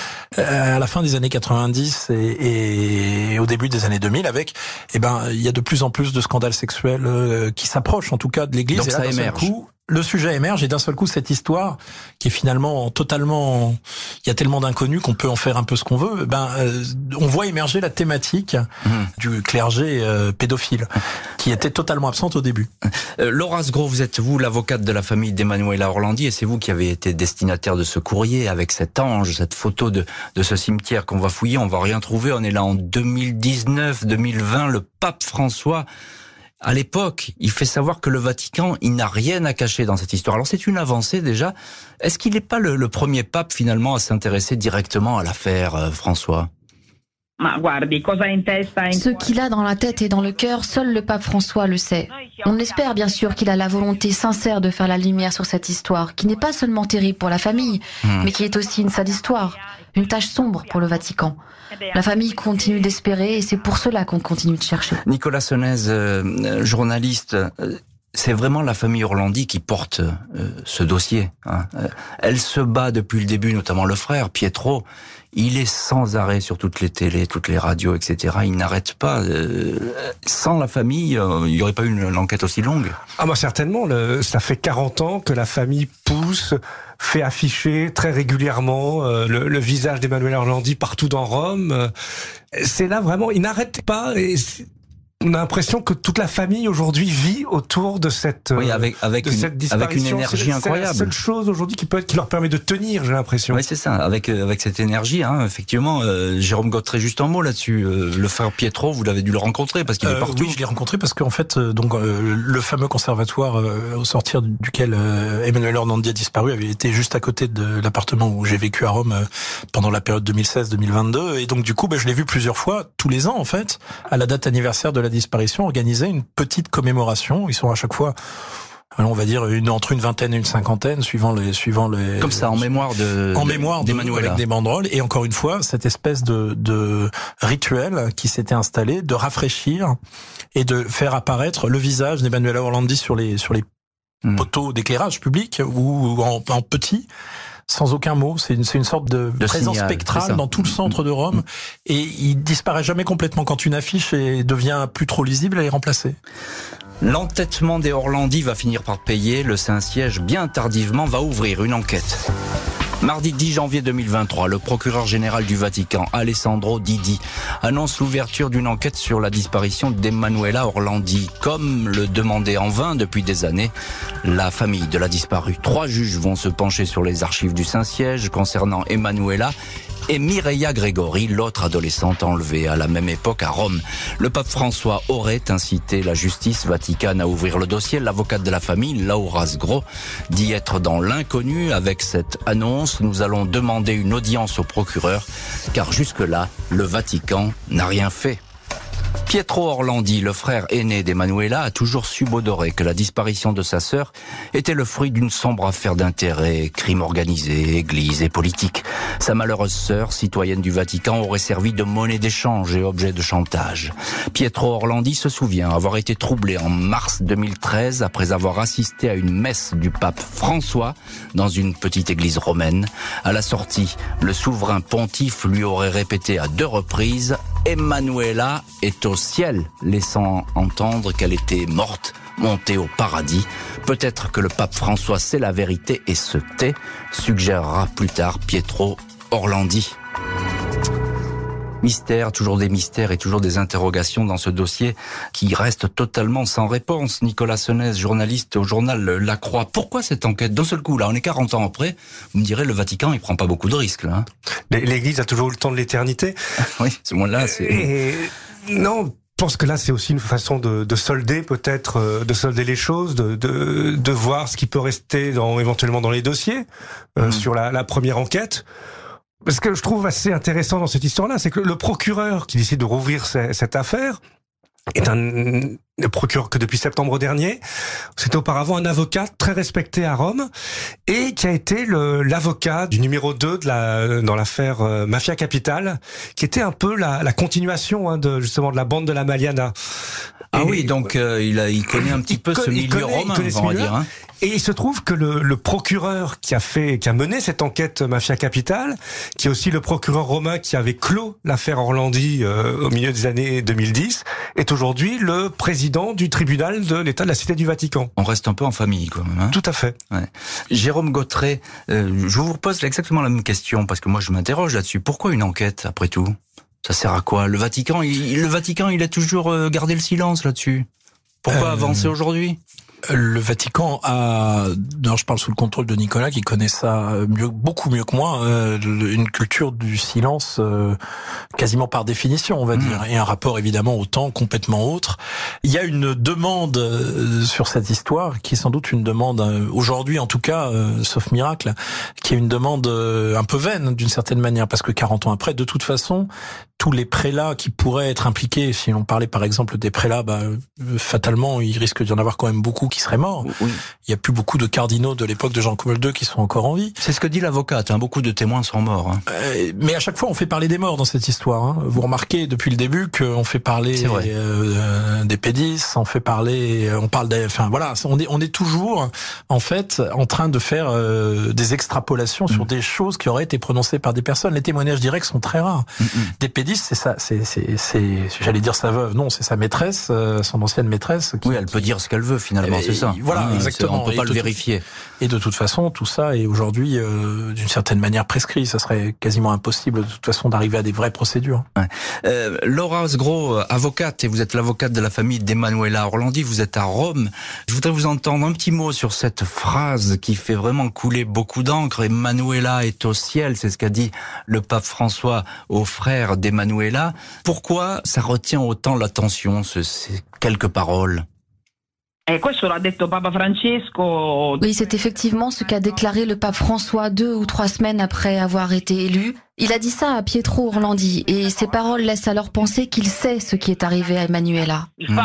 à la fin des années quatre-vingt-dix et, et au début des années deux mille avec, eh ben, il y a de plus en plus de scandales sexuels euh, qui s'approchent en tout cas de l'Église. Donc et là, ça d'un émerge. Seul coup, le sujet émerge et d'un seul coup cette histoire qui est finalement totalement, il y a tellement d'inconnus qu'on peut en faire un peu ce qu'on veut. Ben, euh, on voit émerger la thématique mmh. du clergé euh, pédophile qui était totalement absente au début. Euh, L'Horazgro, vous êtes vous l'avocate de la famille d'Emanuela Orlandi et c'est vous qui avez été destinataire de ce courrier avec cet ange, cette photo de de ce cimetière qu'on va fouiller. On va rien trouver. On est là en deux mille dix-neuf, deux mille vingt. Le pape François, à l'époque, il fait savoir que le Vatican, il n'a rien à cacher dans cette histoire. Alors c'est une avancée déjà. Est-ce qu'il n'est pas le, le premier pape finalement à s'intéresser directement à l'affaire, euh, François ? Ce qu'il a dans la tête et dans le cœur, seul le pape François le sait. On espère bien sûr qu'il a la volonté sincère de faire la lumière sur cette histoire, qui n'est pas seulement terrible pour la famille, mmh. mais qui est aussi une sale histoire, une tache sombre pour le Vatican. La famille continue d'espérer et c'est pour cela qu'on continue de chercher. Nicolas Senez, euh, journaliste, euh, c'est vraiment la famille Orlandi qui porte euh, ce dossier. Hein. Elle se bat depuis le début, notamment le frère, Pietro. Il est sans arrêt sur toutes les télés, toutes les radios, et cetera. Il n'arrête pas. Euh, sans la famille, euh, il n'y aurait pas eu une, une enquête aussi longue. Ah bah certainement. Le, ça fait quarante ans que la famille pousse, fait afficher très régulièrement euh, le, le visage d'Emanuela Orlandi partout dans Rome. C'est là vraiment, il n'arrête pas. Et on a l'impression que toute la famille aujourd'hui vit autour de cette, oui, avec, avec, de une, cette disparition. avec une énergie c'est, incroyable. C'est la seule chose aujourd'hui qui peut être, qui leur permet de tenir, j'ai l'impression. Oui, c'est ça. Avec avec cette énergie, hein, effectivement. Euh, Jérôme Gautret, juste un mot là-dessus. Euh, le frère Pietro, vous l'avez dû le rencontrer parce qu'il euh, est partout. Oui, je l'ai rencontré parce qu'en fait, euh, donc euh, le fameux conservatoire euh, au sortir duquel euh, Emanuela Orlandi a disparu avait été juste à côté de l'appartement où j'ai vécu à Rome euh, pendant la période deux mille seize deux mille vingt-deux. Et donc du coup, ben, je l'ai vu plusieurs fois, tous les ans en fait, à la date anniversaire de la disparition, organisée une petite commémoration. Ils sont à chaque fois, on va dire, une, entre une vingtaine et une cinquantaine, suivant les, suivant les. Comme ça, en mémoire de. En mémoire d'Emanuela. Avec des banderoles. Et encore une fois, cette espèce de, de rituel qui s'était installé, de rafraîchir et de faire apparaître le visage d'Emanuela Orlandi sur les, sur les mmh. poteaux d'éclairage public ou en, en petit. Sans aucun mot, c'est une, c'est une sorte de, de présence signal, spectrale dans tout le centre de Rome, mmh. et il disparaît jamais complètement quand une affiche est, devient plus trop lisible, elle est remplacée. L'entêtement des Orlandi va finir par payer, le Saint-Siège bien tardivement va ouvrir une enquête. Mardi dix janvier deux mille vingt-trois, le procureur général du Vatican, Alessandro Didi, annonce l'ouverture d'une enquête sur la disparition d'Emanuela Orlandi, comme le demandait en vain depuis des années la famille de la disparue. Trois juges vont se pencher sur les archives du Saint-Siège concernant Emanuela et Mireia Gregori, l'autre adolescente enlevée à la même époque à Rome. Le pape François aurait incité la justice vaticane à ouvrir le dossier. L'avocate de la famille, Laura Sgro, dit être dans l'inconnu. Avec cette annonce, nous allons demander une audience au procureur, car jusque-là, le Vatican n'a rien fait. Pietro Orlandi, le frère aîné d'Emanuela, a toujours subodoré que la disparition de sa sœur était le fruit d'une sombre affaire d'intérêt, crime organisé, église et politique. Sa malheureuse sœur, citoyenne du Vatican, aurait servi de monnaie d'échange et objet de chantage. Pietro Orlandi se souvient avoir été troublé en mars deux mille treize après avoir assisté à une messe du pape François dans une petite église romaine. À la sortie, le souverain pontife lui aurait répété à deux reprises « Emanuela est au ciel », laissant entendre qu'elle était morte, montée au paradis. Peut-être que le pape François sait la vérité et se tait, suggérera plus tard Pietro Orlandi. Mystère, toujours des mystères et toujours des interrogations dans ce dossier qui reste totalement sans réponse. Nicolas Senez, journaliste au journal La Croix. Pourquoi cette enquête d'un seul coup là? On est quarante ans après. Vous me direz, le Vatican, il prend pas beaucoup de risques là. Hein. L'Église a toujours eu le temps de l'éternité. Oui, ce moment-là, c'est... Et... Non, je pense que là, c'est aussi une façon de, de solder peut-être, de solder les choses, de, de, de voir ce qui peut rester dans, éventuellement dans les dossiers euh, mmh. sur la, la première enquête. Ce que je trouve assez intéressant dans cette histoire-là, c'est que le procureur qui décide de rouvrir cette affaire est un procureur que depuis septembre dernier. C'était auparavant un avocat très respecté à Rome et qui a été le, l'avocat du numéro deux de la, dans l'affaire euh, Mafia Capitale, qui était un peu la, la continuation hein, de justement de la bande de la Maliana. Ah et, oui, donc euh, il, a, il connaît un petit peu ce milieu romain, on va dire. Hein. Et il se trouve que le, le procureur qui a fait, qui a mené cette enquête Mafia Capitale, qui est aussi le procureur romain qui avait clos l'affaire Orlandi euh, au milieu des années deux mille dix, est aujourd'hui le président du tribunal de l'État de la Cité du Vatican. On reste un peu en famille, quand même. Hein. Tout à fait. Ouais. Jérôme Gautret, euh, je vous pose exactement la même question parce que moi je m'interroge là-dessus. Pourquoi une enquête après tout? Ça sert à quoi? Le Vatican, il, le Vatican, il a toujours gardé le silence là-dessus. Pourquoi euh... avancer aujourd'hui? Le Vatican a, non, je parle sous le contrôle de Nicolas qui connaît ça mieux, beaucoup mieux que moi, euh, une culture du silence euh, quasiment par définition, on va mmh. dire, et un rapport évidemment au temps complètement autre. Il y a une demande euh, sur cette histoire qui est sans doute une demande euh, aujourd'hui, en tout cas, euh, sauf miracle, qui est une demande euh, un peu vaine d'une certaine manière, parce que quarante ans après, de toute façon, tous les prélats qui pourraient être impliqués, si on parlait par exemple des prélats, bah, fatalement, il risque d'y en avoir quand même beaucoup qui seraient morts. Oui. Il n'y a plus beaucoup de cardinaux de l'époque de Jean-Paul deux qui sont encore en vie. C'est ce que dit l'avocate, hein, beaucoup de témoins sont morts. Hein. Euh, mais à chaque fois, on fait parler des morts dans cette histoire. Hein. Vous remarquez depuis le début qu'on fait parler euh, des pédis, on fait parler, on parle des, enfin voilà, on est on est toujours en fait en train de faire euh, des extrapolations mmh. sur des choses qui auraient été prononcées par des personnes. Les témoignages directs sont très rares. Mmh. Des pédis, c'est ça, c'est c'est c'est, j'allais dire sa veuve, non, c'est sa maîtresse, euh, son ancienne maîtresse. Qui, oui, elle peut dire ce qu'elle veut finalement. C'est ça. Voilà, ah, exactement. On peut pas le vérifier. Et de toute façon, tout ça est aujourd'hui, euh, d'une certaine manière, prescrit. Ça serait quasiment impossible, de toute façon, d'arriver à des vraies procédures. Ouais. Euh, Laura Sgro, avocate, et vous êtes l'avocate de la famille d'Emanuela Orlandi, vous êtes à Rome. Je voudrais vous entendre un petit mot sur cette phrase qui fait vraiment couler beaucoup d'encre. Emanuela est au ciel, c'est ce qu'a dit le pape François au frère d'Emanuela. Pourquoi ça retient autant l'attention, ce, ces quelques paroles? Oui, c'est effectivement ce qu'a déclaré le pape François deux ou trois semaines après avoir été élu. Il a dit ça à Pietro Orlandi et ses paroles laissent alors penser qu'il sait ce qui est arrivé à Emanuela. Mmh.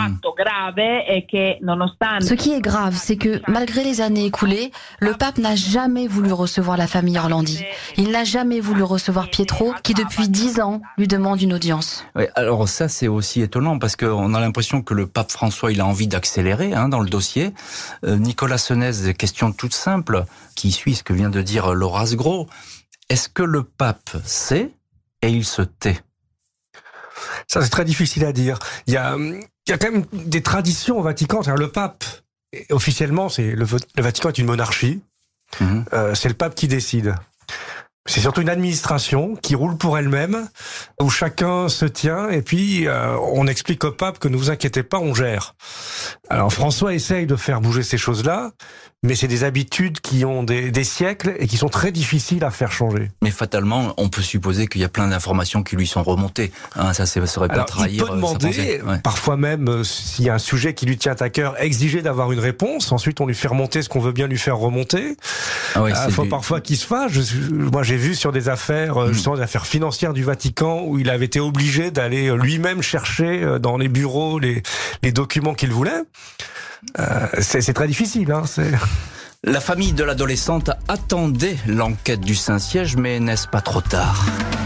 Ce qui est grave, c'est que malgré les années écoulées, le pape n'a jamais voulu recevoir la famille Orlandi. Il n'a jamais voulu recevoir Pietro, qui depuis dix ans lui demande une audience. Oui, alors ça c'est aussi étonnant parce qu'on a l'impression que le pape François il a envie d'accélérer hein, dans le dossier. Euh, Nicolas Senez, question toute simple qui suit ce que vient de dire Laura Sgro. Est-ce que le pape sait et il se tait? Ça, c'est très difficile à dire. Il y a, il y a quand même des traditions au Vatican. C'est-à-dire le pape, officiellement, c'est le, le Vatican est une monarchie. Mmh. Euh, c'est le pape qui décide. C'est surtout une administration qui roule pour elle-même, où chacun se tient, et puis euh, on explique au pape que ne vous inquiétez pas, on gère. Alors François essaye de faire bouger ces choses-là, mais c'est des habitudes qui ont des, des siècles et qui sont très difficiles à faire changer. Mais fatalement, on peut supposer qu'il y a plein d'informations qui lui sont remontées. Hein, ça ne serait pas Alors, trahir. Il peut demander, ouais. parfois même, euh, s'il y a un sujet qui lui tient à cœur, exiger d'avoir une réponse. Ensuite, on lui fait remonter ce qu'on veut bien lui faire remonter. Il ah ouais, euh, faut du... parfois qu'il se fâche. Je, moi, j'ai vu sur des affaires, mmh. justement des affaires financières du Vatican, où il avait été obligé d'aller lui-même chercher dans les bureaux les, les documents qu'il voulait. Euh, c'est, c'est très difficile. Hein, c'est... La famille de l'adolescente attendait l'enquête du Saint-Siège, mais n'est-ce pas trop tard ?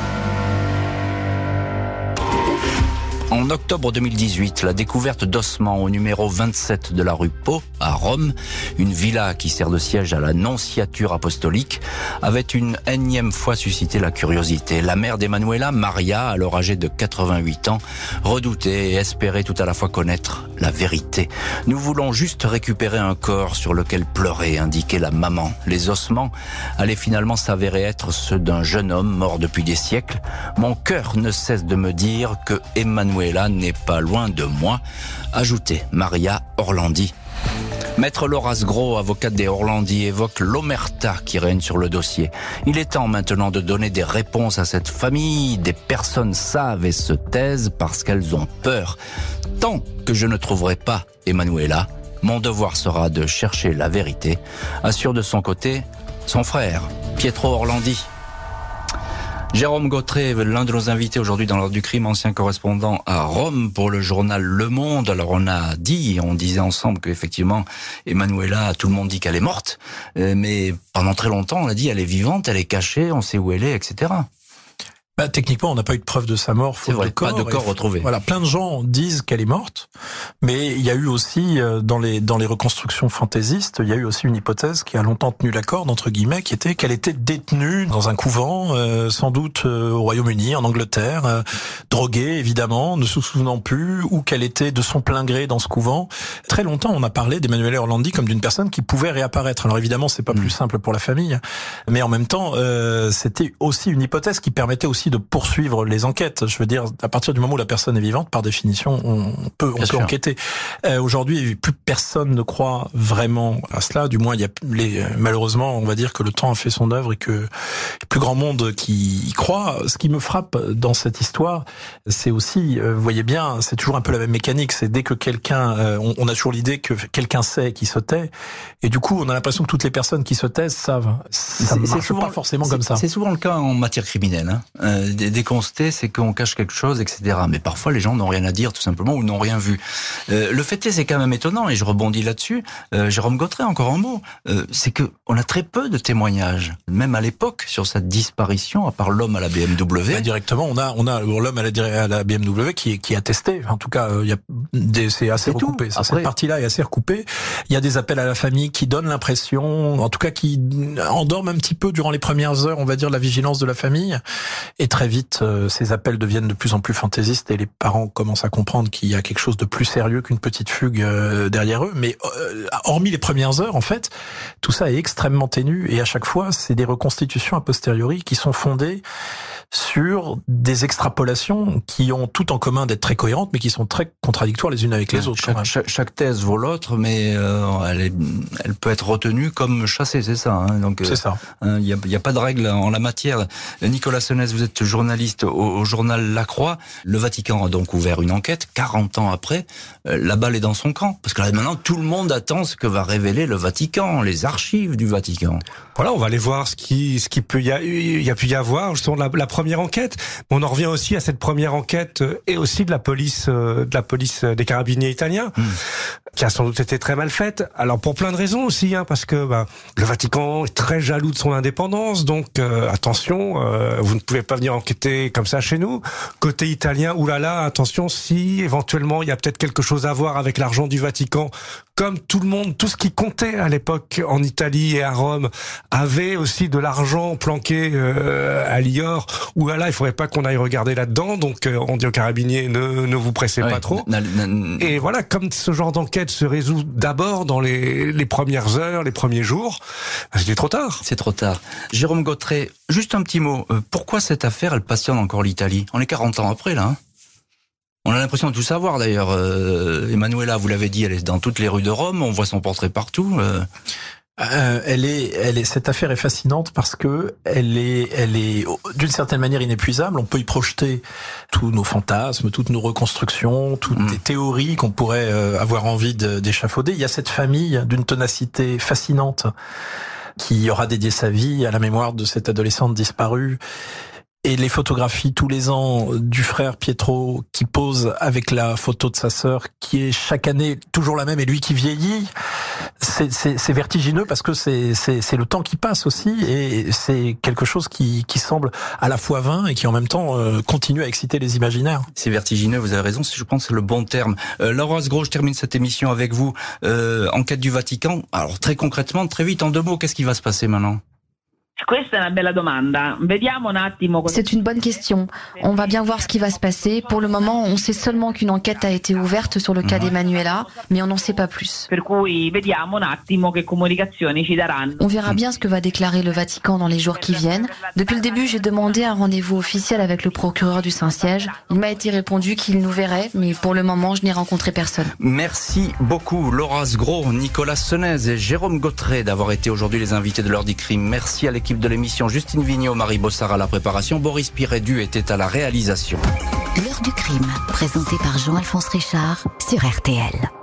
En octobre deux mille dix-huit, la découverte d'ossements au numéro vingt-sept de la rue Pau, à Rome, une villa qui sert de siège à la nonciature apostolique, avait une énième fois suscité la curiosité. La mère d'Emanuela, Maria, alors âgée de quatre-vingt-huit ans, redoutait et espérait tout à la fois connaître la vérité. Nous voulons juste récupérer un corps sur lequel pleurer, indiquait la maman. Les ossements allaient finalement s'avérer être ceux d'un jeune homme mort depuis des siècles. Mon cœur ne cesse de me dire que Emanuela n'est pas loin de moi, ajoutait Maria Orlandi. Maître Laura Sgro, avocate des Orlandi, évoque l'omerta qui règne sur le dossier. Il est temps maintenant de donner des réponses à cette famille. Des personnes savent et se taisent parce qu'elles ont peur. Tant que je ne trouverai pas Emanuela, mon devoir sera de chercher la vérité, assure de son côté son frère, Pietro Orlandi. Jérôme Gautret, l'un de nos invités aujourd'hui dans l'Ordre du Crime, ancien correspondant à Rome pour le journal Le Monde. Alors on a dit, on disait ensemble qu'effectivement Emanuela, tout le monde dit qu'elle est morte, mais pendant très longtemps on a dit elle est vivante, elle est cachée, on sait où elle est, et cetera. Bah, techniquement, on n'a pas eu de preuve de sa mort, faute vrai, de corps. Pas de corps retrouvé. Voilà, plein de gens disent qu'elle est morte, mais il y a eu aussi dans les dans les reconstructions fantaisistes, il y a eu aussi une hypothèse qui a longtemps tenu la corde entre guillemets, qui était qu'elle était détenue dans un couvent, euh, sans doute euh, au Royaume-Uni, en Angleterre, euh, droguée évidemment, ne se souvenant plus, ou qu'elle était de son plein gré dans ce couvent. Très longtemps, on a parlé d'Emanuela Orlandi comme d'une personne qui pouvait réapparaître. Alors évidemment, c'est pas mmh. plus simple pour la famille, mais en même temps, euh, c'était aussi une hypothèse qui permettait aussi de poursuivre les enquêtes. Je veux dire, à partir du moment où la personne est vivante, par définition, on peut, on peut enquêter. Euh, aujourd'hui, plus personne ne croit vraiment à cela. Du moins, il y a les, malheureusement, on va dire que le temps a fait son œuvre et que le plus grand monde qui y croit. Ce qui me frappe dans cette histoire, c'est aussi, euh, vous voyez bien, c'est toujours un peu la même mécanique. C'est dès que quelqu'un, euh, on, on a toujours l'idée que quelqu'un sait qui se tait, et du coup, on a l'impression que toutes les personnes qui se taisent savent. Ça ne marche souvent, pas forcément comme ça. C'est souvent le cas en matière criminelle. Hein. Euh, dès qu'on se tait, c'est qu'on cache quelque chose, et cetera. Mais parfois, les gens n'ont rien à dire, tout simplement, ou n'ont rien vu. Euh, le fait est, c'est quand même étonnant, et je rebondis là-dessus. Euh, Jérôme Gautret, encore un mot. Euh, c'est que on a très peu de témoignages, même à l'époque, sur cette disparition, à part l'homme à la B M W. Bah, directement, on a, on a l'homme à la, à la B M W qui, qui est attesté. En tout cas, il y a des, c'est assez c'est recoupé. Ça, cette partie-là est assez recoupée. Il y a des appels à la famille qui donnent l'impression, en tout cas, qui endorment un petit peu durant les premières heures, on va dire, la vigilance de la famille. Et très vite, euh, ces appels deviennent de plus en plus fantaisistes et les parents commencent à comprendre qu'il y a quelque chose de plus sérieux qu'une petite fugue euh, derrière eux. Mais euh, hormis les premières heures, en fait, tout ça est extrêmement ténu et à chaque fois, c'est des reconstitutions a posteriori qui sont fondées sur des extrapolations qui ont tout en commun d'être très cohérentes, mais qui sont très contradictoires les unes avec les autres. Chaque, chaque, chaque thèse vaut l'autre, mais euh, elle, est, elle peut être retenue comme chassée, c'est ça. Hein, donc, c'est ça. Il euh, n'y a, y a pas de règle en la matière. Nicolas Senès, vous êtes journaliste au, au journal La Croix. Le Vatican a donc ouvert une enquête. quarante ans après, euh, la balle est dans son camp. Parce que là, maintenant, tout le monde attend ce que va révéler le Vatican, les archives du Vatican. Voilà, on va aller voir ce qui, ce qui peut y, a, y a pu y avoir, justement, la, la première enquête. Mais on en revient aussi à cette première enquête et aussi de la police, de la police des carabiniers italiens, mmh. qui a sans doute été très mal faite. Alors pour plein de raisons aussi, hein, parce que bah, le Vatican est très jaloux de son indépendance, donc euh, attention, euh, vous ne pouvez pas venir enquêter comme ça chez nous. Côté italien, oulala, attention, si éventuellement il y a peut-être quelque chose à voir avec l'argent du Vatican comme tout le monde, tout ce qui comptait à l'époque en Italie et à Rome, avait aussi de l'argent planqué euh, à Lior, où là, il faudrait pas qu'on aille regarder là-dedans, donc euh, on dit aux carabiniers, ne, ne vous pressez ouais, pas trop. Et voilà, comme ce genre d'enquête se résout d'abord dans les, les premières heures, les premiers jours, c'était trop tard. C'est trop tard. Jérôme Gautret, juste un petit mot, euh, pourquoi cette affaire, elle passionne encore l'Italie? On est quarante ans après, là, hein. On a l'impression de tout savoir d'ailleurs. Euh, Emanuela, vous l'avez dit, elle est dans toutes les rues de Rome, on voit son portrait partout. Euh... Euh, elle est, elle est, cette affaire est fascinante parce que elle est, elle est d'une certaine manière inépuisable. On peut y projeter tous nos fantasmes, toutes nos reconstructions, toutes mmh. les théories qu'on pourrait euh, avoir envie de, d'échafauder. Il y a cette famille d'une ténacité fascinante qui aura dédié sa vie à la mémoire de cette adolescente disparue. Et les photographies tous les ans du frère Pietro qui pose avec la photo de sa sœur, qui est chaque année toujours la même, et lui qui vieillit, c'est, c'est, c'est vertigineux parce que c'est, c'est, c'est le temps qui passe aussi, et c'est quelque chose qui, qui semble à la fois vain et qui en même temps euh, continue à exciter les imaginaires. C'est vertigineux, vous avez raison, je pense que c'est le bon terme. Euh, Laura Asgro, je termine cette émission avec vous. Euh, enquête du Vatican, alors très concrètement, très vite, en deux mots, qu'est-ce qui va se passer maintenant ? C'est une bonne question. On va bien voir ce qui va se passer. Pour le moment, on sait seulement qu'une enquête a été ouverte sur le cas d'Emanuela, mais on n'en sait pas plus. On verra bien ce que va déclarer le Vatican dans les jours qui viennent. Depuis le début, j'ai demandé un rendez-vous officiel avec le procureur du Saint-Siège. Il m'a été répondu qu'il nous verrait, mais pour le moment, je n'ai rencontré personne. Merci beaucoup, Laura Asgro, Nicolas Senez et Jérôme Gautret d'avoir été aujourd'hui les invités de l'heure du crime. Merci à l'équipe de l'émission, Justine Vignot, Marie Bossard à la préparation, Boris Pirédu était à la réalisation. L'heure du crime, présentée par Jean-Alphonse Richard sur R T L.